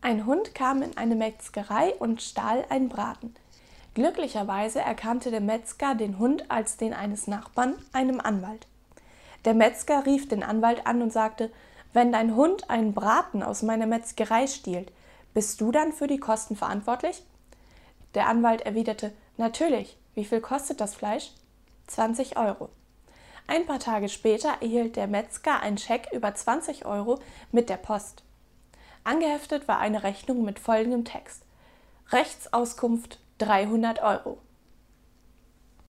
Ein Hund kam in eine Metzgerei und stahl einen Braten. Glücklicherweise erkannte der Metzger den Hund als den eines Nachbarn, einem Anwalt. Der Metzger rief den Anwalt an und sagte: »Wenn dein Hund einen Braten aus meiner Metzgerei stiehlt, bist du dann für die Kosten verantwortlich?« Der Anwalt erwiderte: »Natürlich. Wie viel kostet das Fleisch?« 20 Euro. Ein paar Tage später erhielt der Metzger einen Scheck über 20 Euro mit der Post. Angeheftet war eine Rechnung mit folgendem Text: Rechtsauskunft 300 Euro.